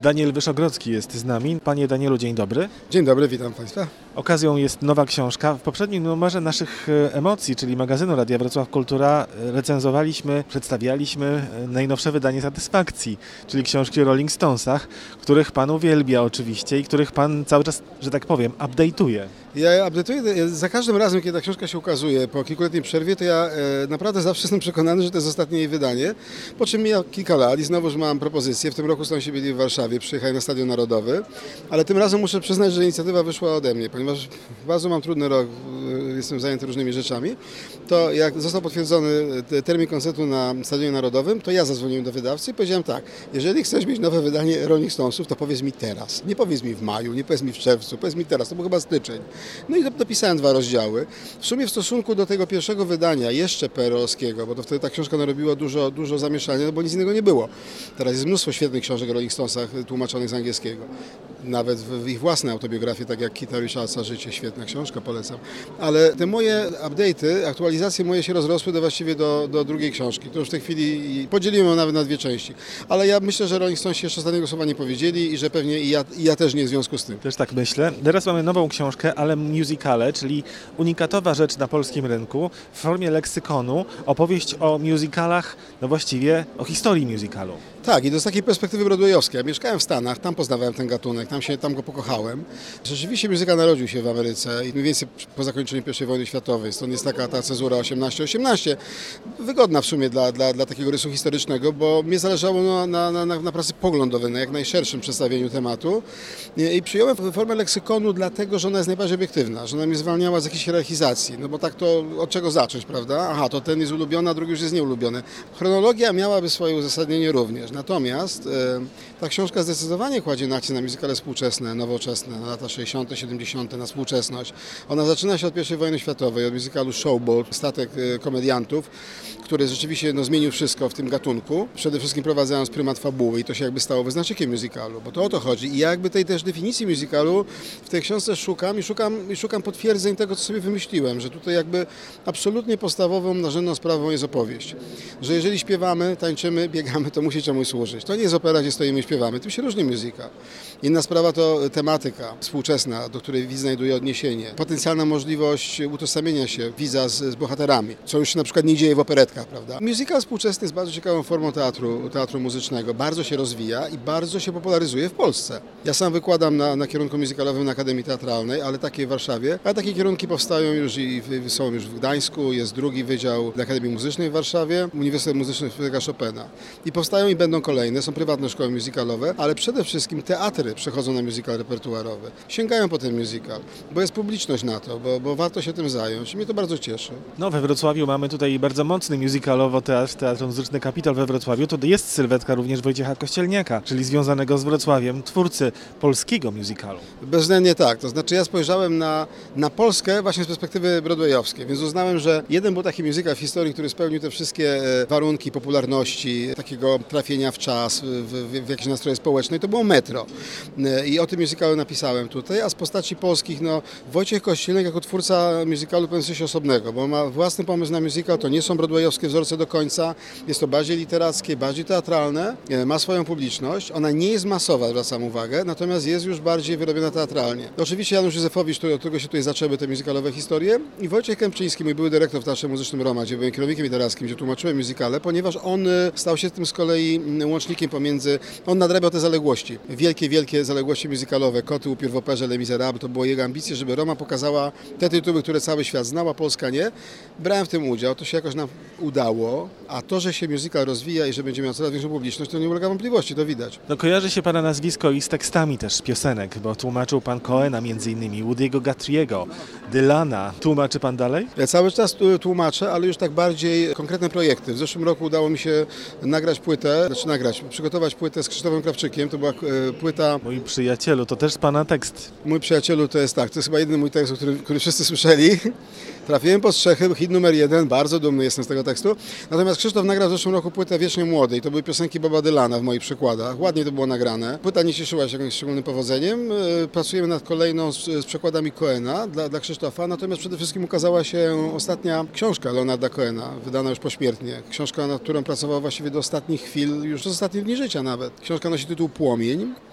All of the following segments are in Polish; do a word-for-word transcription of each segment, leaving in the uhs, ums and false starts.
Daniel Wyszogrodzki jest z nami. Panie Danielu, dzień dobry. Dzień dobry, witam Państwa. Okazją jest nowa książka. W poprzednim numerze naszych emocji, czyli magazynu Radia Wrocław Kultura, recenzowaliśmy, przedstawialiśmy najnowsze wydanie Satysfakcji, czyli książki o Rolling Stonesach, których Pan uwielbia oczywiście i których Pan cały czas, że tak powiem, update'uje. Ja update'uję za każdym razem, kiedy ta książka się ukazuje po kilkuletniej przerwie, to ja e, naprawdę zawsze jestem przekonany, że to jest ostatnie jej wydanie. Po czym mija kilka lat i znowuż mam propozycję. W tym roku Stonesi byli w Warszawie, przyjechali na Stadion Narodowy, ale tym razem muszę przyznać, że inicjatywa wyszła ode mnie, ponieważ bardzo mam trudny rok, jestem zajęty różnymi rzeczami. To jak został potwierdzony termin koncertu na Stadionie Narodowym, to ja zadzwoniłem do wydawcy i powiedziałem tak: jeżeli chcesz mieć nowe wydanie Rolling Stonesów, to powiedz mi teraz. Nie powiedz mi w maju, nie powiedz mi w czerwcu, powiedz mi teraz. To był chyba styczeń. No i dopisałem dwa rozdziały. W sumie w stosunku do tego pierwszego wydania, jeszcze P R L-owskiego, bo to wtedy ta książka narobiła dużo, dużo zamieszania, no bo nic innego nie było. Teraz jest mnóstwo świetnych książek o Rolling Stonesach tłumaczonych z angielskiego. Nawet w ich własne autobiografie, tak jak Keitha Richardsa Życie, świetna książka, polecam. Ale te moje update'y, aktualizacje moje się rozrosły do właściwie do, do drugiej książki. To już w tej chwili podzieliłem ją nawet na dwie części. Ale ja myślę, że Rolling Stonesi jeszcze ostatniego słowa nie powiedzieli i że pewnie i ja, i ja też nie w związku z tym. Też tak myślę. Teraz mamy nową książkę, ale musicale, czyli unikatowa rzecz na polskim rynku w formie leksykonu, opowieść o musicalach, no właściwie o historii musicalu. Tak, i to z takiej perspektywy broadwayowskiej. Ja mieszkałem w Stanach, tam poznawałem ten gatunek, tam, się, tam go pokochałem. Rzeczywiście muzyka narodził się w Ameryce i mniej więcej po zakończeniu pierwszej wojny światowej. Stąd jest taka ta cezura osiemnaście osiemnaście, wygodna w sumie dla, dla, dla takiego rysu historycznego, bo mnie zależało na, na, na, na pracy poglądowej, na jak najszerszym przedstawieniu tematu. I, i przyjąłem formę leksykonu dlatego, że ona jest najbardziej obiektywna, że ona mnie zwalniała z jakiejś hierarchizacji. No bo tak to od czego zacząć, prawda? Aha, to ten jest ulubiony, a drugi już jest nieulubiony. Chronologia miałaby swoje uzasadnienie również. Natomiast e, ta książka zdecydowanie kładzie nacisk na muzykale współczesne, nowoczesne, na lata sześćdziesiąte, siedemdziesiąte, na współczesność. Ona zaczyna się od pierwszej wojny światowej, od muzykalu Showboat, statek e, komediantów, który rzeczywiście no, zmienił wszystko w tym gatunku, przede wszystkim prowadzając prymat fabuły i to się jakby stało wyznacznikiem muzykalu, bo to o to chodzi. I ja jakby tej też definicji muzykalu w tej książce szukam i szukam, i szukam potwierdzeń tego, co sobie wymyśliłem, że tutaj jakby absolutnie podstawową, narzędną sprawą jest opowieść. Że jeżeli śpiewamy, tańczymy, biegamy, to musi czemuś służyć. To nie jest opera, gdzie stoimy i śpiewamy, tym się różni muzyka. Inna sprawa to tematyka współczesna, do której widz znajduje odniesienie. Potencjalna możliwość utożsamienia się widza z, z bohaterami, co już się na przykład nie dzieje w operetkach, prawda? Musical współczesny jest bardzo ciekawą formą teatru, teatru muzycznego, bardzo się rozwija i bardzo się popularyzuje w Polsce. Ja sam wykładam na, na kierunku musicalowym na Akademii Teatralnej, ale takiej w Warszawie, a takie kierunki powstają już i w, są już w Gdańsku, jest drugi wydział Akademii Muzycznej w Warszawie, Uniwersytet Muzyczny Fryderyka Chopina. I powstają i będą kolejne, są prywatne szkoły musicalowe, ale przede wszystkim teatry przechodzą na musical repertuarowy. Sięgają po ten musical, bo jest publiczność na to, bo, bo warto się tym zająć i mnie to bardzo cieszy. No we Wrocławiu mamy tutaj bardzo mocny musicalowo teatr, Teatr Muzyczny Kapitol we Wrocławiu. To jest sylwetka również Wojciecha Kościelniaka, czyli związanego z Wrocławiem, twórcy polskiego musicalu. Bezwzględnie tak, to znaczy ja spojrzałem na, na Polskę właśnie z perspektywy broadwayowskiej, więc uznałem, że jeden był taki musical w historii, który spełnił te wszystkie warunki popularności, takiego trafienia w czas, w, w, w jakieś nastroje społeczne i to było Metro. I o tym musicalu napisałem tutaj, a z postaci polskich, no Wojciech Kościelnik jako twórca musicalu powiem coś osobnego, bo ma własny pomysł na musical, to nie są broadwayowskie wzorce do końca, jest to bardziej literackie, bardziej teatralne, ma swoją publiczność, ona nie jest masowa, zwracam uwagę, natomiast jest już bardziej wyrobiona teatralnie. Oczywiście Janusz Józefowicz, od którego się tutaj zaczęły te musicalowe historie i Wojciech Kępczyński, mój były dyrektor w Teatrze Muzycznym Roma, gdzie byłem kierownikiem literackim, gdzie tłumaczyłem musicale, ponieważ on stał się tym z kolei łącznikiem pomiędzy, on nadrabiał te zaległości, wielkie, wielkie zaległości musicalowe, Koty upiór w operze Les Misérables, to było jego ambicje, żeby Roma pokazała te tytuły, które cały świat znał, a Polska nie. Brałem w tym udział, to się jakoś nam udało, a to, że się musical rozwija i że będzie miał coraz większą publiczność, to nie ulega wątpliwości, to widać. No kojarzy się Pana nazwisko i z tekstami też piosenek, bo tłumaczył Pan Coena między innymi, Woody'ego Guthrie'ego, Dylana. Tłumaczy Pan dalej? Ja cały czas tłumaczę, ale już tak bardziej konkretne projekty. W zeszłym roku udało mi się nagrać płytę, znaczy nagrać, przygotować płytę z Krzysztofem Krawczykiem, to była płyta... Mój przyjacielu, to też Pana tekst. Mój przyjacielu to jest tak, to jest chyba jedyny mój tekst, który, który wszyscy słyszeli. Trafiłem pod strzechy, hit numer jeden, bardzo dumny jestem z tego tekstu. Natomiast Krzysztof nagrał w zeszłym roku płytę Wiecznie Młody i to były piosenki Boba Dylana w moich przykładach. Ładnie to było nagrane. Płyta nie cieszyła się jakimś szczególnym powodzeniem. Pracujemy nad kolejną z, z przekładami Coena dla, dla Krzysztofa, natomiast przede wszystkim ukazała się ostatnia książka Leonarda Coena, wydana już pośmiertnie. Książka, nad którą pracował właściwie do ostatnich chwil, już do ostatnich dni życia nawet. Książka nosi tytuł Płomień.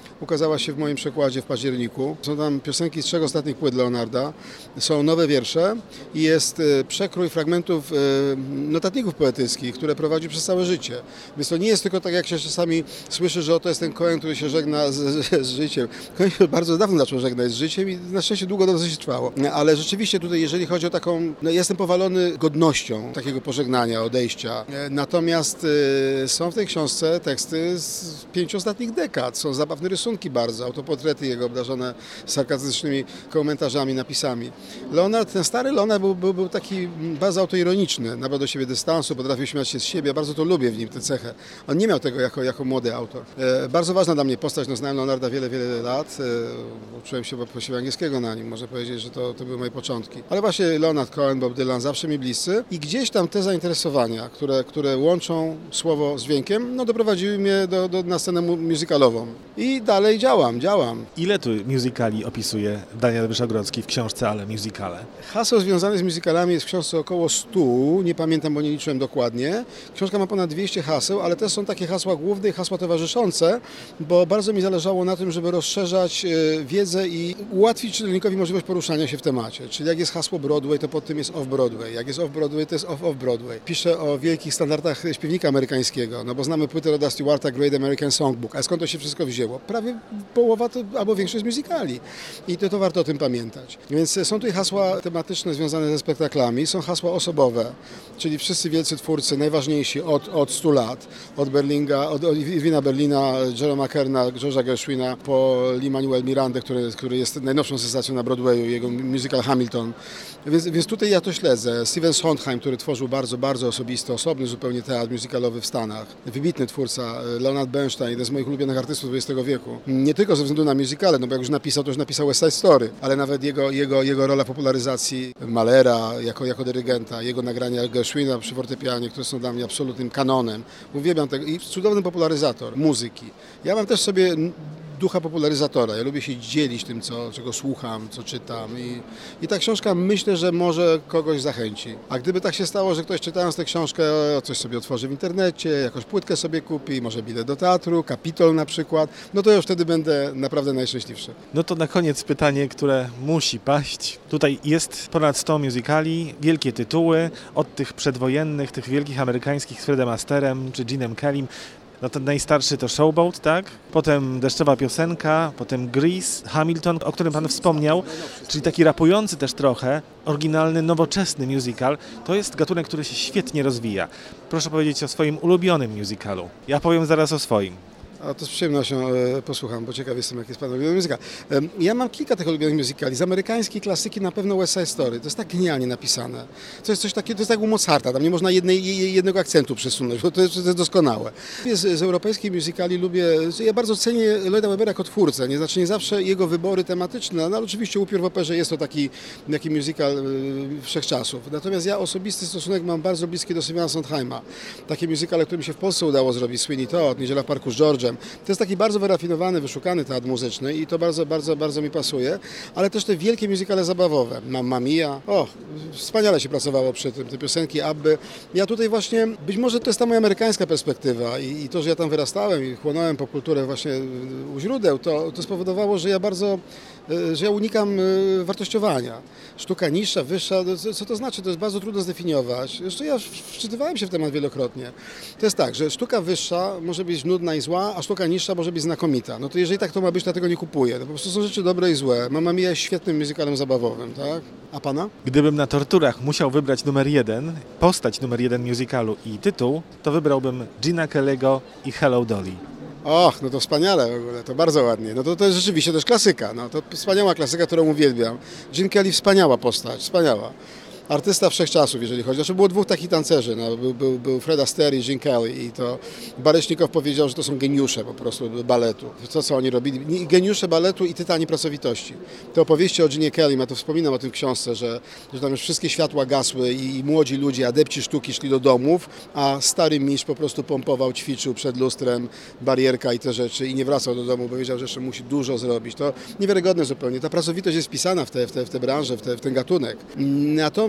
ukazała się w moim przekładzie w październiku. Są tam piosenki z trzech ostatnich płyt Leonarda, są nowe wiersze i jest przekrój fragmentów notatników poetyckich, które prowadzi przez całe życie. Więc to nie jest tylko tak, jak się czasami słyszy, że oto jest ten Cohen, który się żegna z, z, z życiem. Cohen się bardzo dawno zaczął żegnać z życiem i na szczęście długo to dosyć trwało. Ale rzeczywiście tutaj, jeżeli chodzi o taką, no jestem powalony godnością takiego pożegnania, odejścia. Natomiast y, są w tej książce teksty z pięciu ostatnich dekad. Są zabawne rysunki bardzo, autoportrety jego obdarzone sarkastycznymi komentarzami, napisami. Leonard, ten stary Leonard był, był, był taki bardzo autoironiczny, nabrał do siebie dystansu, potrafił śmiać się z siebie. Ja bardzo to lubię w nim, tę cechę. On nie miał tego jako, jako młody autor. E, bardzo ważna dla mnie postać, no znałem Leonarda wiele, wiele lat. E, uczyłem się właściwie angielskiego na nim, można powiedzieć, że to, to były moje początki. Ale właśnie Leonard Cohen, Bob Dylan zawsze mi bliscy i gdzieś tam te zainteresowania, które, które łączą słowo z dźwiękiem, no doprowadziły mnie do, do, na scenę musicalową. I dalej działam, działam. Ile tu musicali opisuje Daniel Wyszogrodzki w książce Ale musicale? Haseł związane z musicalami jest w książce około stu, nie pamiętam, bo nie liczyłem dokładnie. Książka ma ponad dwieście haseł, ale też są takie hasła główne i hasła towarzyszące, bo bardzo mi zależało na tym, żeby rozszerzać wiedzę i ułatwić czytelnikowi możliwość poruszania się w temacie. Czyli jak jest hasło Broadway, to pod tym jest Off-Broadway. Jak jest Off-Broadway, to jest Off-Off-Broadway. Piszę o wielkich standardach śpiewnika amerykańskiego, no bo znamy płytę Roda Stewarta Great American Songbook, a skąd to się wszystko wzięło? Prawie połowa to, albo większość z musicali. I to, to warto o tym pamiętać. Więc są tutaj hasła tematyczne związane ze spektaklami, są hasła osobowe, czyli wszyscy wielcy twórcy, najważniejsi od, od stu lat, od Berlinga, od, od Irwina Berlina, Jeroma Kerna, George'a Gershwina, po Lin-Manuel Mirandę, który, który jest najnowszą sensacją na Broadwayu, jego musical Hamilton. Więc, więc tutaj ja to śledzę. Steven Sondheim, który tworzył bardzo, bardzo osobisty, osobny zupełnie teatr musicalowy w Stanach. Wybitny twórca, Leonard Bernstein, jeden z moich ulubionych artystów dwudziestego wieku. Nie tylko ze względu na musicale, no bo jak już napisał, to już napisał West Side Story, ale nawet jego, jego, jego rola w popularyzacji Mahlera jako, jako dyrygenta, jego nagrania Gershwina przy fortepianie, które są dla mnie absolutnym kanonem. Uwielbiam tego i cudowny popularyzator muzyki. Ja mam też sobie ducha popularyzatora. Ja lubię się dzielić tym, co, czego słucham, co czytam i, i ta książka myślę, że może kogoś zachęci. A gdyby tak się stało, że ktoś czytając tę książkę coś sobie otworzy w internecie, jakąś płytkę sobie kupi, może bilet do teatru, Kapitol na przykład, no to już wtedy będę naprawdę najszczęśliwszy. No to na koniec pytanie, które musi paść. Tutaj jest ponad sto musicali, wielkie tytuły, od tych przedwojennych, tych wielkich amerykańskich z Fredem Asterem czy Genem Kellym. No ten najstarszy to Showboat, tak? Potem Deszczowa piosenka, potem Grease, Hamilton, o którym Pan wspomniał, czyli taki rapujący też trochę, oryginalny, nowoczesny musical. To jest gatunek, który się świetnie rozwija. Proszę powiedzieć o swoim ulubionym musicalu. Ja powiem zaraz o swoim. A to z przyjemnością e, posłucham, bo ciekaw jestem, jak jest Pan ulubiony muzyka. E, ja mam kilka tych ulubionych musicali. Z amerykańskiej klasyki na pewno West Side Story. To jest tak genialnie napisane. To jest coś takiego, to jest tak u Mozarta. Tam nie można jednej, jednego akcentu przesunąć, bo to jest, to jest doskonałe. Z, z europejskiej musicali lubię, ja bardzo cenię Lloyda Webbera jako twórcę. Nie, znaczy nie zawsze jego wybory tematyczne, no ale oczywiście Upiór w operze jest to taki, taki musical e, wszechczasów. Natomiast ja osobisty stosunek mam bardzo bliski do Stephena Sondheima. Takie musicale, które mi się w Polsce udało zrobić, Sweeney Todd, Niedziela w parku z George'em. To jest taki bardzo wyrafinowany, wyszukany teatr muzyczny i to bardzo, bardzo, bardzo mi pasuje, ale też te wielkie musicale zabawowe. Mamma Mia, o, wspaniale się pracowało przy tym, te piosenki Abby. Ja tutaj właśnie, być może to jest ta moja amerykańska perspektywa i, i to, że ja tam wyrastałem i chłonąłem popkulturę właśnie u źródeł, to, to spowodowało, że ja bardzo, że ja unikam wartościowania. Sztuka niższa, wyższa, co to znaczy? To jest bardzo trudno zdefiniować. Zresztą ja wczytywałem się w temat wielokrotnie. To jest tak, że sztuka wyższa może być nudna i zła, a sztuka niższa może być znakomita. No to jeżeli tak to ma być, to ja tego nie kupuję. To po prostu są rzeczy dobre i złe. Mamma Mia jest świetnym musicalem zabawowym, tak? A Pana? Gdybym na torturach musiał wybrać numer jeden, postać numer jeden musicalu i tytuł, to wybrałbym Gina Kelly'ego i Hello Dolly. Och, no to wspaniale w ogóle, to bardzo ładnie. No to, to jest rzeczywiście też klasyka, no to wspaniała klasyka, którą uwielbiam. Gene Kelly wspaniała postać, wspaniała. Artysta wszechczasów, jeżeli chodzi. Znaczy było dwóch takich tancerzy, no, był, był, był Fred Astaire i Gene Kelly i to Baryśnikow powiedział, że to są geniusze po prostu baletu. To, co oni robili. Geniusze baletu i tytani pracowitości. Te opowieści o Genie Kelly, ja to wspominam o tym w książce, że, że tam już wszystkie światła gasły i, i młodzi ludzie, adepci sztuki szli do domów, a stary mistrz po prostu pompował, ćwiczył przed lustrem, barierka i te rzeczy i nie wracał do domu, bo wiedział, że jeszcze musi dużo zrobić. To niewiarygodne zupełnie. Ta pracowitość jest wpisana w tę w te, w te branżę, w, te, w ten gatunek. Natomiast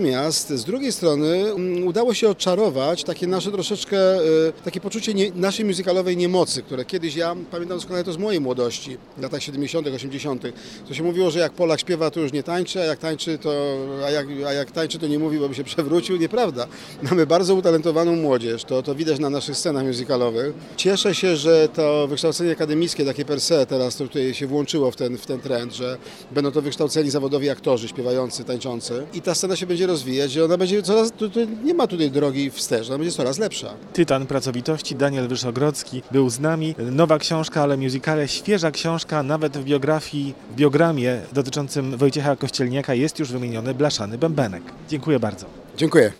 Natomiast z drugiej strony um, udało się odczarować takie nasze troszeczkę, e, takie poczucie nie, naszej muzykalowej niemocy, które kiedyś, ja pamiętam doskonale to z mojej młodości, w latach siedemdziesiątych, osiemdziesiątych. To się mówiło, że jak Polak śpiewa, to już nie tańczy, a jak tańczy, to, a jak, a jak tańczy, to nie mówi, bo by się przewrócił. Nieprawda. Mamy bardzo utalentowaną młodzież, to, to widać na naszych scenach muzykalowych. Cieszę się, że to wykształcenie akademickie, takie per se, teraz to tutaj się włączyło w ten, w ten trend, że będą to wykształceni zawodowi aktorzy, śpiewający, tańczący. I ta scena się będzie rozwijać, że ona będzie coraz, to, to nie ma tutaj drogi wstecz, ona będzie coraz lepsza. Tytan pracowitości, Daniel Wyszogrodzki był z nami. Nowa książka, ale musicale, świeża książka, nawet w biografii, w biogramie dotyczącym Wojciecha Kościelniaka jest już wymieniony blaszany bębenek. Dziękuję bardzo. Dziękuję.